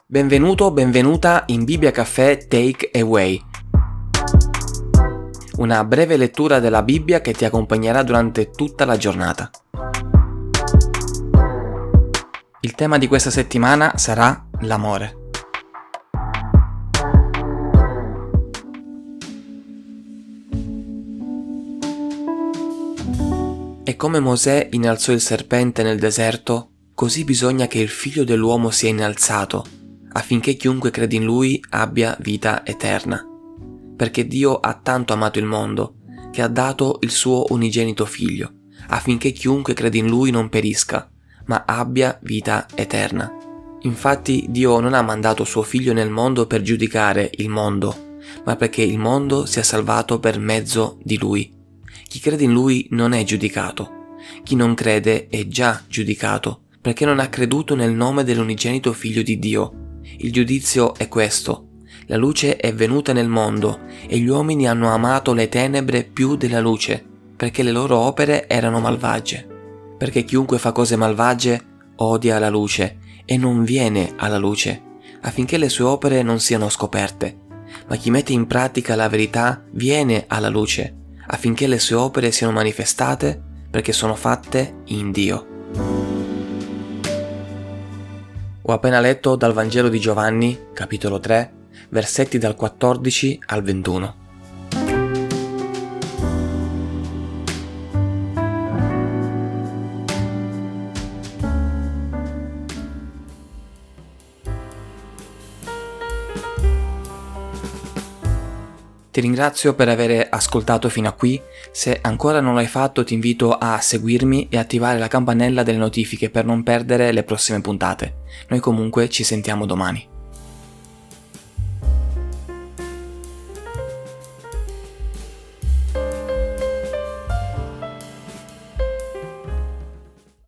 Benvenuto, benvenuta in Bibbia Caffè Take Away. Una breve lettura della Bibbia che ti accompagnerà durante tutta la giornata. Il tema di questa settimana sarà l'amore. E come Mosè innalzò il serpente nel deserto, così bisogna che il Figlio dell'uomo sia innalzato, affinché chiunque crede in Lui abbia vita eterna. Perché Dio ha tanto amato il mondo, che ha dato il suo unigenito Figlio, affinché chiunque crede in Lui non perisca, ma abbia vita eterna. Infatti Dio non ha mandato suo Figlio nel mondo per giudicare il mondo, ma perché il mondo sia salvato per mezzo di Lui. Chi crede in Lui non è giudicato. Chi non crede è già giudicato, perché non ha creduto nel nome dell'unigenito Figlio di Dio. Il giudizio è questo: la luce è venuta nel mondo e gli uomini hanno amato le tenebre più della luce, perché le loro opere erano malvagie. Perché chiunque fa cose malvagie odia la luce e non viene alla luce, affinché le sue opere non siano scoperte. Ma chi mette in pratica la verità viene alla luce, affinché le sue opere siano manifestate, perché sono fatte in Dio. Ho appena letto dal Vangelo di Giovanni, capitolo 3, versetti dal 14 al 21. Ti ringrazio per aver ascoltato fino a qui. Se ancora non l'hai fatto, ti invito a seguirmi e attivare la campanella delle notifiche per non perdere le prossime puntate. Noi comunque ci sentiamo domani.